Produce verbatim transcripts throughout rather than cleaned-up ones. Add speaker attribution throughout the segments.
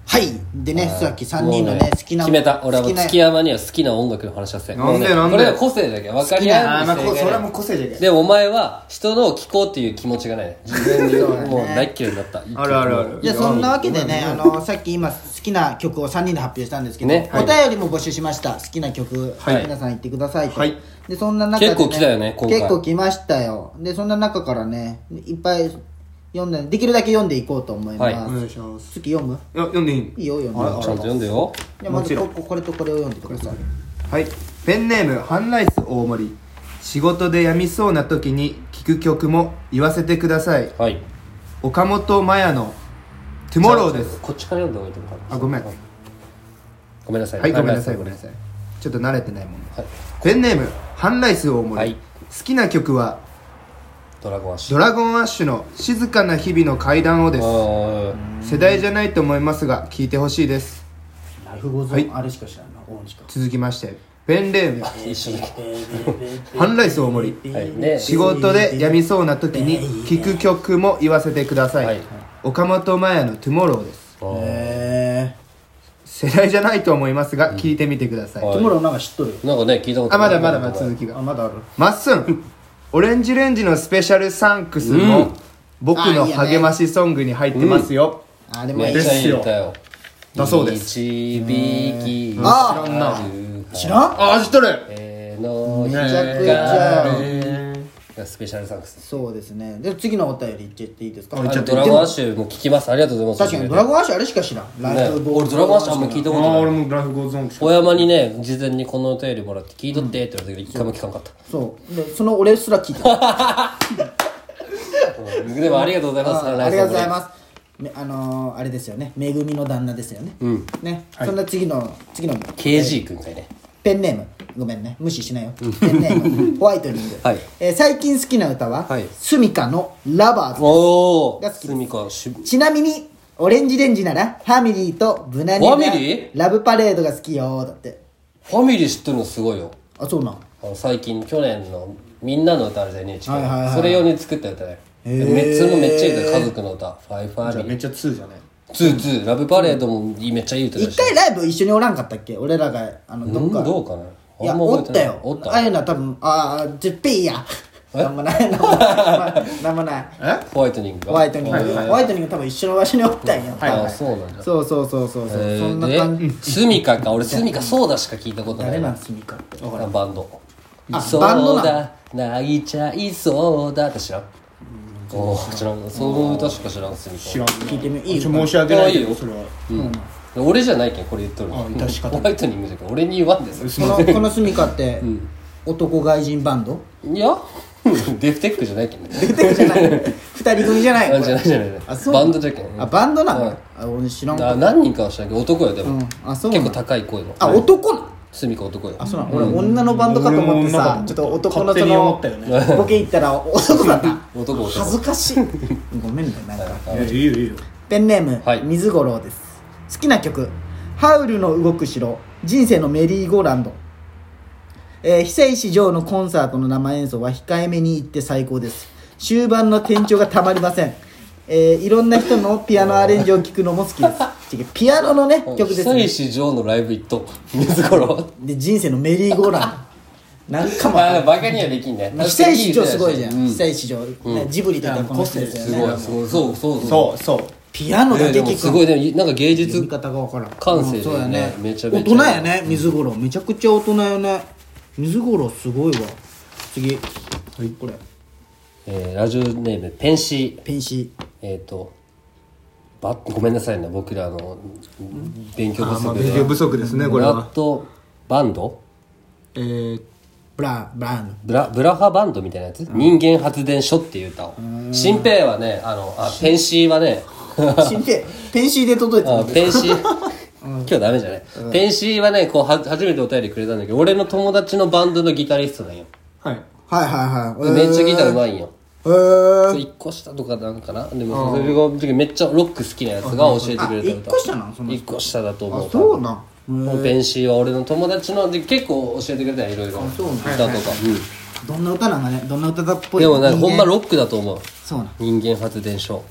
Speaker 1: はいでねさっきさんにんのね好きな
Speaker 2: 決めた。俺はもう月山には好きな音楽の話はせん。
Speaker 3: なんでなんで
Speaker 2: これは個性だけど分かり合
Speaker 1: あ
Speaker 2: う
Speaker 1: まあこそれはもう個性じゃけ
Speaker 2: でもお前は人のを聞こうっていう気持ちがないね。自分にもう大っ嫌いになった。
Speaker 3: あるあるある
Speaker 1: じゃあそんなわけでねあのさっき今好きな曲をさんにんで発表したんですけど、
Speaker 2: ね
Speaker 1: お便りも募集しました。好きな曲、
Speaker 3: はい
Speaker 1: 皆さん言ってくださいと、
Speaker 3: はい
Speaker 1: でそんな中で、ね、
Speaker 2: 結構来たよね今回
Speaker 1: 結構来ましたよ。でそんな中からねいっぱい読んでできるだけ読んでいこうと思います、
Speaker 2: はい
Speaker 3: お願いします。
Speaker 1: 次読む
Speaker 3: いや読んでいい？
Speaker 1: いいよ読んで
Speaker 3: あら
Speaker 2: ちゃんと読んでよ。
Speaker 1: じゃあまず
Speaker 3: もちろん
Speaker 1: こここれとこれを読んでください。
Speaker 3: はい。ペンネームハンライス大盛り。仕事で病みそうな時に聴く曲も言わせてください。
Speaker 2: はい。
Speaker 3: 岡本真也のトゥモローです。
Speaker 2: こっちから読んでおいてもらって
Speaker 3: あごめん。
Speaker 2: はいごめんなさい。
Speaker 3: はいごめんなさい
Speaker 2: は
Speaker 3: ごめんなさい。ちょっと慣れてないもん。
Speaker 2: はい。
Speaker 3: ペンネームハンライス大盛り。
Speaker 2: はい
Speaker 3: 好きな曲は
Speaker 2: ドラゴンアッシュ。
Speaker 3: ドラゴンアッシュの静かな日々の階段をです。
Speaker 2: あ
Speaker 3: 世代じゃないと思いますが聴いてほしいです。
Speaker 1: ライフゴーズ
Speaker 3: はい
Speaker 1: あれしか知らんな大西か
Speaker 3: 続きましてペンネーム
Speaker 2: ー一緒だけ。
Speaker 3: ハンライス大盛り。
Speaker 2: はいね。
Speaker 3: 仕事で病みそうな時に聴く曲も言わせてください、
Speaker 2: はい
Speaker 3: 岡本真也のトゥモローです。
Speaker 1: へ
Speaker 3: 世代じゃないと思いますが聴いてみてください、
Speaker 1: え
Speaker 2: はい
Speaker 1: トゥモローなんか知っとる
Speaker 2: なんかね聞いたこと
Speaker 3: あまだまだまだ
Speaker 2: 続き。
Speaker 3: 続きが
Speaker 1: あまだある
Speaker 3: まっすんオレンジレンジのスペシャルサンクスも僕の励ましソングに入ってますよ、
Speaker 1: あでもいい
Speaker 2: めっちゃいい歌よ。
Speaker 3: だそうです
Speaker 2: 導き
Speaker 1: あ
Speaker 3: 知らんな
Speaker 1: 知らん
Speaker 3: あ知っとる
Speaker 2: えの
Speaker 1: めちゃくちゃ
Speaker 2: スペシャルサンクス。
Speaker 1: そうですねで次のお便り言っちゃっていいですか
Speaker 3: あ言っちゃって
Speaker 2: ドラゴンアッシュも聞きます。ありがとうございます。
Speaker 1: 確かにドラゴンアッシュあれしか知らんライフ
Speaker 2: ね、俺ドラゴンアッシュあんま聞いたことない。
Speaker 3: もライフゴーズオン
Speaker 2: 小山にね事前にこのお便りもらって聞いとってって言われたけど一回も聞かんかった。
Speaker 1: そうでその俺すら聞いてた
Speaker 2: うんでもありがとうございます。
Speaker 1: あありがとうございますめあのー、あれですよねめぐみの旦那ですよね
Speaker 2: うん。
Speaker 1: ね、そんな次の次の
Speaker 2: ケージー 君かいね。
Speaker 1: ペンネームごめんね無視しないよペンネームホワイトニング、
Speaker 2: はい
Speaker 1: えー最近好きな歌は、
Speaker 2: はい
Speaker 1: スミカのラバーズ
Speaker 2: おお。
Speaker 1: が好きです
Speaker 2: スミカし
Speaker 1: ちなみにオレンジレンジならファミリーとブナニ
Speaker 2: ファミリ
Speaker 1: が
Speaker 2: ー
Speaker 1: ラブパレードが好きよだって
Speaker 2: ファミリー知ってるのすごいよ。
Speaker 1: あそうなん
Speaker 2: あの最近去年のみんなの歌あるじゃん エヌエイチケー、
Speaker 1: はいはいはい
Speaker 2: それ用に作った歌ね。
Speaker 1: へー
Speaker 2: めっちゃめっちゃいい歌。家族の歌ファイファーミリー
Speaker 3: じゃあめっちゃツーじゃない
Speaker 2: ツーツーラブパレードもめっちゃいい歌だし。
Speaker 1: 一回ライブ一緒におらんかったっけ俺らがあのどっか
Speaker 2: うんどうかな。
Speaker 1: いや
Speaker 2: あんま
Speaker 1: お
Speaker 2: 覚えてない
Speaker 1: ったよ
Speaker 2: おった
Speaker 1: ああいうのは多分ああじゅっぴーやなんもないなんもないなんもない
Speaker 3: え
Speaker 2: ホワイトニングが
Speaker 1: ホワイトニング、
Speaker 3: はいはいはい
Speaker 1: ホワイトニング多分一緒の場所におったんよ、
Speaker 3: はいはい
Speaker 2: あそうなんだ。
Speaker 1: そうそうそうそうそう、
Speaker 2: え
Speaker 1: そんな
Speaker 2: ー
Speaker 1: 感じ
Speaker 2: でスミカか。俺スミカソーダしか聞いたことない
Speaker 1: 誰なんスミカって分からん
Speaker 2: バンド。
Speaker 1: あ
Speaker 2: そう
Speaker 1: バンドなの
Speaker 2: だ泣いちゃいそうだって知らん。おー知らん。その歌しか知らんスミカ。
Speaker 3: 知らん
Speaker 1: 聞いてみいい
Speaker 3: ちょ申し訳ないけ
Speaker 2: あいいよ
Speaker 3: どそれは
Speaker 2: うん、俺じゃないけんこれ言っとるの。
Speaker 3: あ致し方ない
Speaker 2: ホワイトニングじゃけん俺に言わんです
Speaker 1: このこのスミカって、男外人バンド
Speaker 2: いやデフテックじゃないけんね。
Speaker 1: 出てるじゃない二人組じゃない
Speaker 2: あじゃないじゃない
Speaker 1: あそう
Speaker 2: バンドじゃけん。
Speaker 1: あバンドなの、
Speaker 2: はい
Speaker 1: あ俺知らんか
Speaker 2: あ
Speaker 1: った
Speaker 2: 何人かは知らんけど男よでも、
Speaker 1: うんあそうなの
Speaker 2: 結構高い声の。
Speaker 1: あ男なの
Speaker 2: スミカ男よ。
Speaker 1: あそうなの、俺女のバンドかと思ってさちょっと男の
Speaker 3: 勝手に
Speaker 1: その
Speaker 3: 思ったよね
Speaker 1: ボケ言ったら男だった
Speaker 2: 男男
Speaker 1: 恥ずかしいごめんねなんか
Speaker 3: いやいいよいいよ
Speaker 1: ペンネーム、
Speaker 2: はい
Speaker 1: 水五郎です好きな曲「ハウルの動く城人生のメリーゴーランド」えー、久石譲のコンサートの生演奏は控えめに言って最高です終盤の転調がたまりません、えー、いろんな人のピアノアレンジを聴くのも好きです違うピアノのね曲です
Speaker 2: 久
Speaker 1: ね
Speaker 2: 石譲のライブ行っと水五郎。
Speaker 1: で人生のメリーゴーランドなんかも
Speaker 2: まあバカにはできんね。
Speaker 1: 久石譲すごいじゃん、
Speaker 2: うん
Speaker 1: 久石譲、ねジブリとかこの人ですよね
Speaker 2: すごいすごいそうそうそう
Speaker 3: そうそう
Speaker 1: ピアノだ
Speaker 2: えーでも
Speaker 1: け聴く
Speaker 2: すごいねなんか芸
Speaker 1: 読み
Speaker 2: 術
Speaker 1: 方が分からん
Speaker 2: 感性でね
Speaker 1: うんそうやね
Speaker 2: めちゃめちゃ
Speaker 1: 大人やね水五郎めちゃくちゃ大人よね水五郎すごいわ次これ
Speaker 2: えーラジオネームペンシー。
Speaker 1: ペンシ
Speaker 2: えっ、とバごめんなさいね僕らあの勉強不
Speaker 3: あまあ
Speaker 2: 足で
Speaker 3: 勉強不足ですねこ
Speaker 2: ブラッ
Speaker 3: れは
Speaker 2: ドバンド
Speaker 3: えー
Speaker 1: ブラブラーン
Speaker 2: ブラブラハバンドみたいなやつ、人間発電所っていう歌を新平はねあのあペンシーはね
Speaker 1: 新平ペンシーで届いて
Speaker 2: あ
Speaker 1: る
Speaker 2: ペンシー今日ダメじゃない、ペンシーはねこうは初めてお便りくれたんだけど俺の友達のバンドのギタリストなんよ。
Speaker 3: はい
Speaker 1: はいはいはい
Speaker 2: めっちゃギターうまいんよ。
Speaker 1: へー
Speaker 2: 一個下とかなんかなでもそれがめっちゃロック好きなやつが教えてくれた歌。
Speaker 1: あ一個下なんその
Speaker 2: 一個下だと思う。
Speaker 1: あそうなん
Speaker 2: もうペンシーは俺の友達ので結構教えてくれたよいろいろ
Speaker 1: そうなん
Speaker 2: 歌とか、
Speaker 1: どんな歌なんかねどんな歌だっぽい
Speaker 2: うん、でもね
Speaker 1: 人間
Speaker 2: ほんまロックだと思う。
Speaker 1: そうなん
Speaker 2: 人間発電所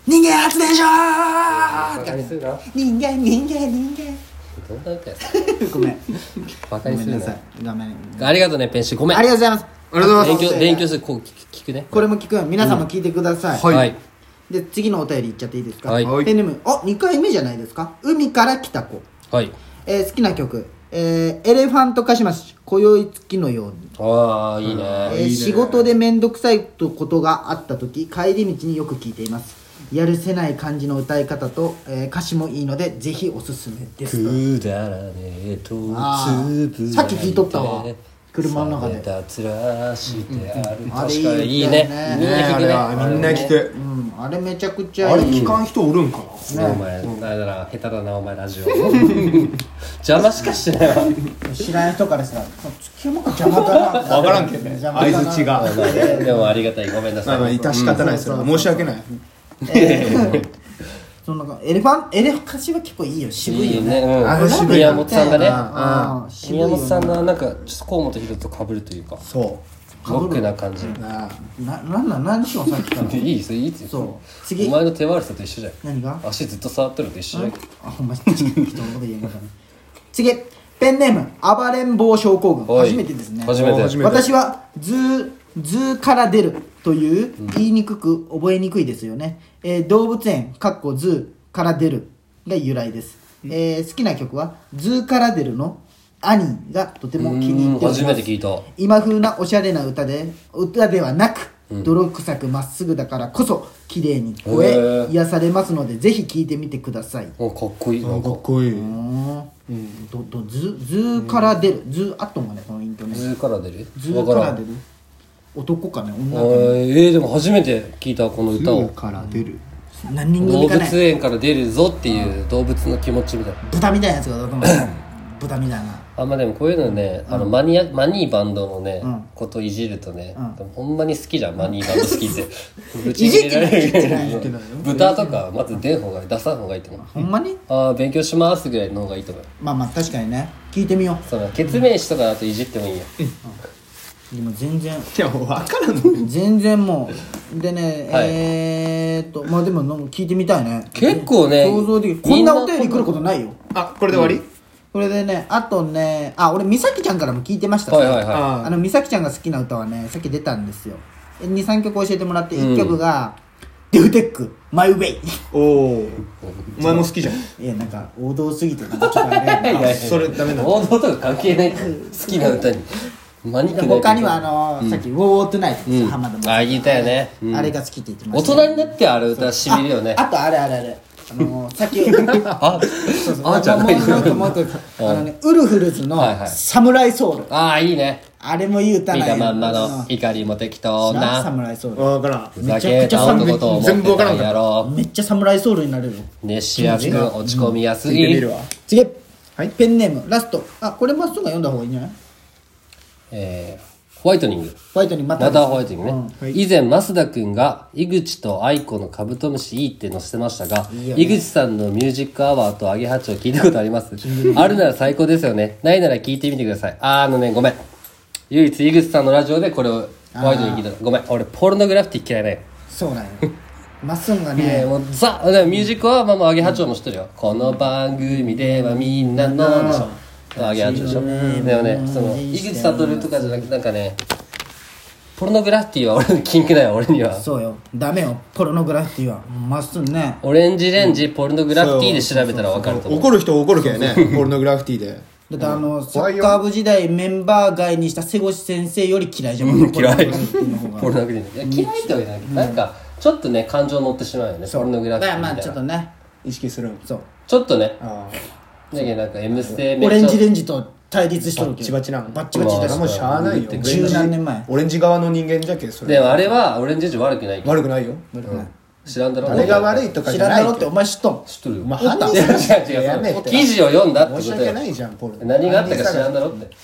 Speaker 1: 人間発電所
Speaker 2: バカにするな。
Speaker 1: 人間人間人
Speaker 2: どんな歌や
Speaker 1: 間ごめん
Speaker 2: バカにするな
Speaker 1: ごめんなさいごめん
Speaker 2: ありがとうねペンシーごめん
Speaker 1: ありがとうございます
Speaker 3: ありがとうございます
Speaker 2: 勉強勉強するこう聞くね
Speaker 1: これも聞く皆さんも聞いてください、
Speaker 3: はい
Speaker 2: はい
Speaker 1: で次のお便りいっちゃっていいですか、
Speaker 2: はい
Speaker 1: ペンネームあにかいめじゃないですか海から来た子、
Speaker 2: はい
Speaker 1: えー好きな曲、えーエレファントカシマシ今宵月のように、
Speaker 2: ああいいね
Speaker 1: えー仕事で面倒くさいことがあった時帰り道によく聞いていますやるせない感じの歌い方と、えー歌詞もいいのでぜひおすすめです
Speaker 2: くだらねえと
Speaker 1: あー
Speaker 2: つぶやいて
Speaker 1: さっき聞いとったわ車の中で
Speaker 2: 冷めたつらしてある、
Speaker 1: うん
Speaker 2: 確か
Speaker 1: あれいい
Speaker 2: にいいね
Speaker 1: ね
Speaker 2: みんな聞くね
Speaker 3: ねあれはみんな聞く
Speaker 1: うんあれめちゃくちゃいい
Speaker 3: あれ聞かん人おるんかな
Speaker 2: お前、あれだな、下手だな、お前ラジオ邪魔しかしてないわ
Speaker 1: 知らん人からしたら月山君邪魔だな
Speaker 3: 分からんけどね
Speaker 1: 邪魔だな
Speaker 3: 相槌が
Speaker 2: まあまあねでもありがたい、ごめんなさい、
Speaker 3: まあまあ致し方ないですよ申し訳ない
Speaker 1: えーそのエレファンエレ歌詞は結構いいよ渋いよね
Speaker 2: いいね、うん、
Speaker 3: あ渋い
Speaker 2: 宮本さんがね
Speaker 1: あー渋いよね
Speaker 2: 宮本さんのなんかちょっと河本ひろと被るというか
Speaker 3: そう
Speaker 2: ロックな感じ、
Speaker 3: あ
Speaker 1: ななんなん何しようさっきから
Speaker 2: いいですよいいですよ
Speaker 1: そう次
Speaker 2: お前の手悪さと一緒じゃん
Speaker 1: 何が
Speaker 2: 足ずっと触ってるのと一緒じゃん
Speaker 1: あほんま人のこと言えんかったね次ペンネーム暴れん坊症候群
Speaker 2: はい
Speaker 1: 初めてですね
Speaker 2: 初めて
Speaker 3: 初めて
Speaker 1: 私は図図から出るという言いにくく覚えにくいですよね、えー動物園かっこ図から出るが由来です、えー好きな曲は図から出るの兄がとても気に入っております
Speaker 2: 初めて聞いた
Speaker 1: 今風なおしゃれな歌で歌ではなく、泥臭くまっすぐだからこそ綺麗に
Speaker 2: へ
Speaker 1: 声
Speaker 2: ー
Speaker 1: 癒されますのでぜひ聴いてみてください。
Speaker 2: おかっこいいなんか
Speaker 3: かっこいい
Speaker 1: うんどど図図から出る図あっとんがねこのイントネ
Speaker 2: 図から出る
Speaker 1: 図
Speaker 2: わからん
Speaker 1: から出る男かね女
Speaker 2: あ
Speaker 1: かね
Speaker 2: ーえー、でも初めて聞いたこの歌を
Speaker 3: から出る
Speaker 1: 何人
Speaker 2: 動
Speaker 1: 組かね
Speaker 2: 物園から出るぞっていう動物の気持ちみたいな
Speaker 1: 豚みたいなやつがどうかも豚みたいな
Speaker 2: あんまでもこういうのね、あのマニアマニーバンドのね、
Speaker 1: うん
Speaker 2: こといじるとね、
Speaker 1: うん
Speaker 2: でもほんまに好きじゃんマニーバンド好きってぶ
Speaker 1: いじってないいじってない
Speaker 3: 言ってないよ
Speaker 2: 豚とかまず出ん方がいい出さん方がいいと思う
Speaker 1: ほんまに
Speaker 2: ああ勉強しますぐらいの方がいいと思う
Speaker 1: まあまあ確かにね聞いてみよ
Speaker 2: その決名詞とかだといじってもいいよ
Speaker 1: うでも全然
Speaker 3: いやもう分からんの
Speaker 1: 全然もうでね、
Speaker 2: はい
Speaker 1: えーっとまあでもなんか聞いてみたいね
Speaker 2: 結構ね
Speaker 1: 想像できるこんなお便り来ることないよ
Speaker 3: あこれで終わり
Speaker 1: これでねあとねあ俺美咲ちゃんからも聞いてました
Speaker 2: はいはいはい
Speaker 3: あ
Speaker 1: あの美咲ちゃんが好きな歌はねさっき出たんですよにさんきょく教えてもらっていっきょくが、デフテックマイウェイ
Speaker 3: おおお前も好きじゃん
Speaker 1: いやなんか王道すぎてなんかちょっとあれや
Speaker 2: いやいや
Speaker 1: な
Speaker 3: それダメなの
Speaker 2: 王道とか関係ない好きな歌にマニックな
Speaker 1: 他にはあのーさっき「ウォートゥナイト」です
Speaker 2: うん
Speaker 1: 浜田雅
Speaker 2: あ言ったよねうん
Speaker 1: あれが好きって言ってま
Speaker 2: 大
Speaker 1: した
Speaker 2: 人になってある歌しみるよね
Speaker 1: ああとあれあれあれあのーさっき
Speaker 2: あ
Speaker 1: そうそう
Speaker 2: あじゃない
Speaker 1: もうもうもうもうもうあのねウルフルズの
Speaker 2: はいはい
Speaker 1: 「サムライソウル」
Speaker 2: ああいいね
Speaker 1: あれもいい歌なんや
Speaker 2: 見たまんまの怒りも適当
Speaker 1: なサ
Speaker 2: な
Speaker 1: ムライソウル
Speaker 3: 分からん
Speaker 2: ふざけた男と思って
Speaker 3: 全部わから
Speaker 2: た
Speaker 3: んかった
Speaker 2: んやろ
Speaker 1: めっちゃサムライソウルになれるよ
Speaker 2: 熱しやすく落ち込みやすい
Speaker 3: 聞いてみるわ
Speaker 1: 次
Speaker 3: はい
Speaker 1: ペンネームラストあこれまっすぐが読んだ方がいいんじゃない
Speaker 2: えーホワイトニング
Speaker 1: ホワイトにまた
Speaker 2: またホワイトニングね、
Speaker 1: うん
Speaker 3: はい
Speaker 2: 以前増田君が井口と愛子のカブトムシいいって載せてましたが
Speaker 1: いいよね
Speaker 2: 井口さんのミュージックアワーとアゲハチを聞いたことありますあるなら最高ですよねないなら聞いてみてくださいあーあのねごめん唯一井口さんのラジオでこれをホワイトに聞いたごめん俺ポルノグラフィティ嫌いね
Speaker 1: そうなんよまっすぐが
Speaker 2: ね
Speaker 1: ね
Speaker 2: もうザでもミュージックはまあまあアゲハチョウも知ってるよこの番組ではみんなのでしょアゲハチョウでしょでもねその井口悟とかじゃなくてなんかねポルノグラフィティは俺のキンクだよ俺には
Speaker 1: そうよダメよポルノグラフィティはまっすぐね
Speaker 2: オレンジレンジポルノグラフィティで調べたら分かると思う
Speaker 3: 怒る人怒るけどねポルノグラフィティで
Speaker 1: だってあのサ
Speaker 3: 怖いよ
Speaker 1: ッカー部時代メンバー外にした瀬越先生より嫌いじゃん
Speaker 2: 嫌い
Speaker 1: ポルノグラフィティの方が
Speaker 2: ポルノグラフィティいや嫌いってわけじゃないけどなんかちょっとね感情乗ってしまうよねポルノグラフィティみ
Speaker 1: まあまあちょっ
Speaker 2: たいな
Speaker 1: とね
Speaker 3: 意識するん
Speaker 1: そう
Speaker 2: ちょっとね
Speaker 3: あ
Speaker 2: だけどなんか M ステめ
Speaker 1: オレンジ
Speaker 2: っちゃ
Speaker 1: レンジと対立しとるけど
Speaker 3: バッチバチなの
Speaker 1: バッチバチだし
Speaker 3: あもうしゃあないよ
Speaker 2: うん
Speaker 1: 十何年前
Speaker 3: オレンジ側の人間じゃけそれ
Speaker 2: でもあれはオレンジレンジ悪くないけど
Speaker 3: 悪くないよ
Speaker 2: 知らんだろ
Speaker 3: 誰が悪いとか
Speaker 1: 知
Speaker 3: じゃない
Speaker 1: らんだろってお前知っとん
Speaker 2: 知っとるよ
Speaker 3: お前
Speaker 2: いや
Speaker 3: 犯人
Speaker 2: 違う違う
Speaker 3: やめて
Speaker 2: 記事を読んだってこと
Speaker 3: 申し訳な
Speaker 2: よ
Speaker 3: いじゃんポルノ
Speaker 2: 何があったか知らんだろって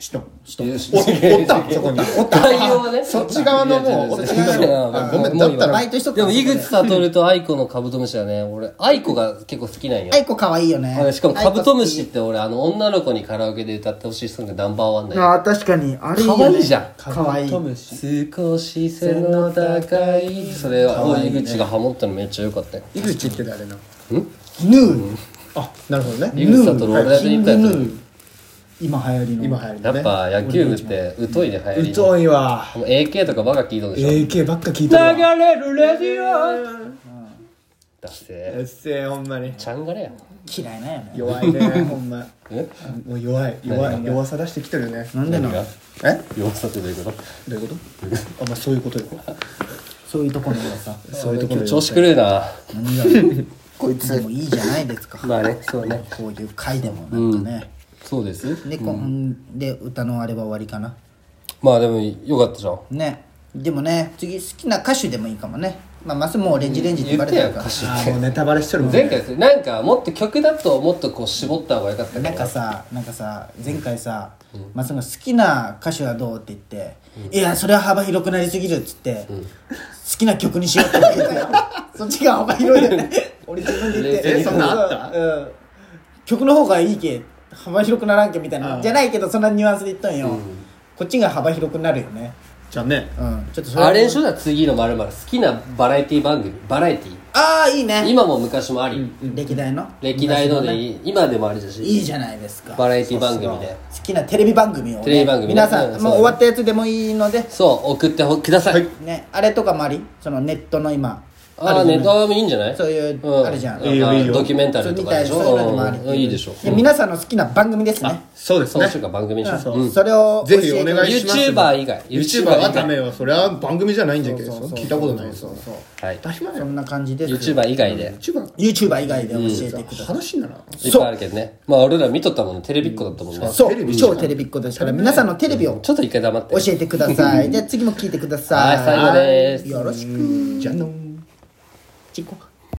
Speaker 1: 人人
Speaker 2: お
Speaker 3: おったそこに
Speaker 1: おった
Speaker 2: 内容はね
Speaker 3: そっち側のもう
Speaker 2: いや違う違う違う
Speaker 3: あごめんだったら
Speaker 1: バイトしとった
Speaker 2: でも井口悟と愛子のカブトムシはね俺愛子が結構好きなんよ
Speaker 1: あいこかわいいよね
Speaker 2: あれしかもカブトムシって俺あの女の子にカラオケで歌ってほしいソングナンバーワンだよ
Speaker 1: あー確かにあれいいよね
Speaker 2: 可愛いじゃん
Speaker 1: かわいい
Speaker 3: カブトムシ
Speaker 2: 少し背の高いそれを井口がハモったのめっちゃ良かったよ
Speaker 3: 井口って誰な
Speaker 1: ヌー
Speaker 3: あなるほどね
Speaker 2: 井口悟俺だけ
Speaker 1: キン
Speaker 2: 言ったやつ
Speaker 1: グヌー今流行りの
Speaker 3: 今流行りのね
Speaker 2: やっぱ野球部って疎いで流行り
Speaker 3: 疎いわ
Speaker 2: もう エーケー とかバカ聞いたんでしょ
Speaker 3: エーケー ばっか聞いてるわ
Speaker 2: れるレディオだせ
Speaker 3: うっせえほんまに
Speaker 2: ちゃんがれや
Speaker 1: 嫌いなんよね
Speaker 3: 弱いねほんま
Speaker 2: え
Speaker 3: もう弱い弱
Speaker 2: 何が
Speaker 3: い弱さ出してきてるよね
Speaker 1: なんでな
Speaker 2: 何が
Speaker 3: え
Speaker 2: 弱さってどういうこと
Speaker 3: どういうことあまあそういうことよ
Speaker 1: そういうところのさ
Speaker 3: そういうところよ
Speaker 2: 調子狂うな
Speaker 1: 何がこいつでもいいじゃないですか
Speaker 2: まあねそうね
Speaker 1: こういう回でもなんかね
Speaker 2: そうです
Speaker 1: でこんで歌のあれば終わりかな
Speaker 2: まあでもよかったじゃん
Speaker 1: ねでもね次好きな歌手でもいいかもねまあまずもうレンジレンジって
Speaker 2: 言
Speaker 1: 言われてるから
Speaker 2: ってやん歌詞
Speaker 3: あーもうネタバレしとるもん
Speaker 2: 前回なんかもっと曲だともっとこう絞った方がよかったけど
Speaker 1: なんかさなんかさ前回さまあその好きな歌手はどうって言っていやそれは幅広くなりすぎるっつって好きな曲にしようって言ってたよそっちが幅広いよね俺自分で言って
Speaker 2: え
Speaker 3: そんなんあった
Speaker 1: うん曲の方がいいけ幅広くならんけみたいなじゃないけどそんなニュアンスで言ったんよこっちが幅広くなるよね
Speaker 3: じゃあね
Speaker 1: うんちょっとそれ
Speaker 2: あれでしょだ次のまるまる好きなバラエティ番組バラエティ
Speaker 1: ああいいね
Speaker 2: 今も昔もあり
Speaker 1: 歴代の
Speaker 2: 歴代ので
Speaker 1: 昔ね
Speaker 2: いい今でもありだし
Speaker 1: いいじゃないですか
Speaker 2: バラエティ番組で
Speaker 1: 好きなテレビ番組をね
Speaker 2: テレビ番組ね
Speaker 1: 皆さ
Speaker 2: うんん
Speaker 1: もう終わったやつでもいいので
Speaker 2: そう送ってください
Speaker 1: ねあれとかもありそのネットの今
Speaker 2: ああネタもいいんじゃない
Speaker 1: そういう
Speaker 2: うん
Speaker 1: あるじゃん
Speaker 3: いいよいいよ
Speaker 2: ドキュメンタリーとかでしょ
Speaker 1: そういうのでもありって
Speaker 2: うんいいでしょ
Speaker 1: で皆さんの好きな番組ですね
Speaker 3: そうですね
Speaker 2: そうしようか番組にしよう
Speaker 1: うんそれを
Speaker 3: ぜひお願いします
Speaker 2: YouTuber 以外
Speaker 3: YouTuber はダメよそれは番組じゃないんじゃけど
Speaker 1: そうそうそう
Speaker 3: 聞いたことないです
Speaker 1: そうそう
Speaker 2: はい
Speaker 3: 大丈夫だよ
Speaker 1: そんな感じです
Speaker 2: YouTuber 以外で
Speaker 3: YouTuber
Speaker 1: YouTu以外で教えてください
Speaker 3: 話にならん
Speaker 2: いっぱいあるけどねまあ俺ら見とったもんねテレビっ子だったもんね
Speaker 1: そう
Speaker 3: テレビ
Speaker 1: 超テレビっ子ですから皆さんのテレビを
Speaker 2: ちょっと一回黙って
Speaker 1: 教えてくださいじゃあ次も聞いてください
Speaker 2: はい最後です
Speaker 1: よろしく
Speaker 3: じゃあの
Speaker 1: チコ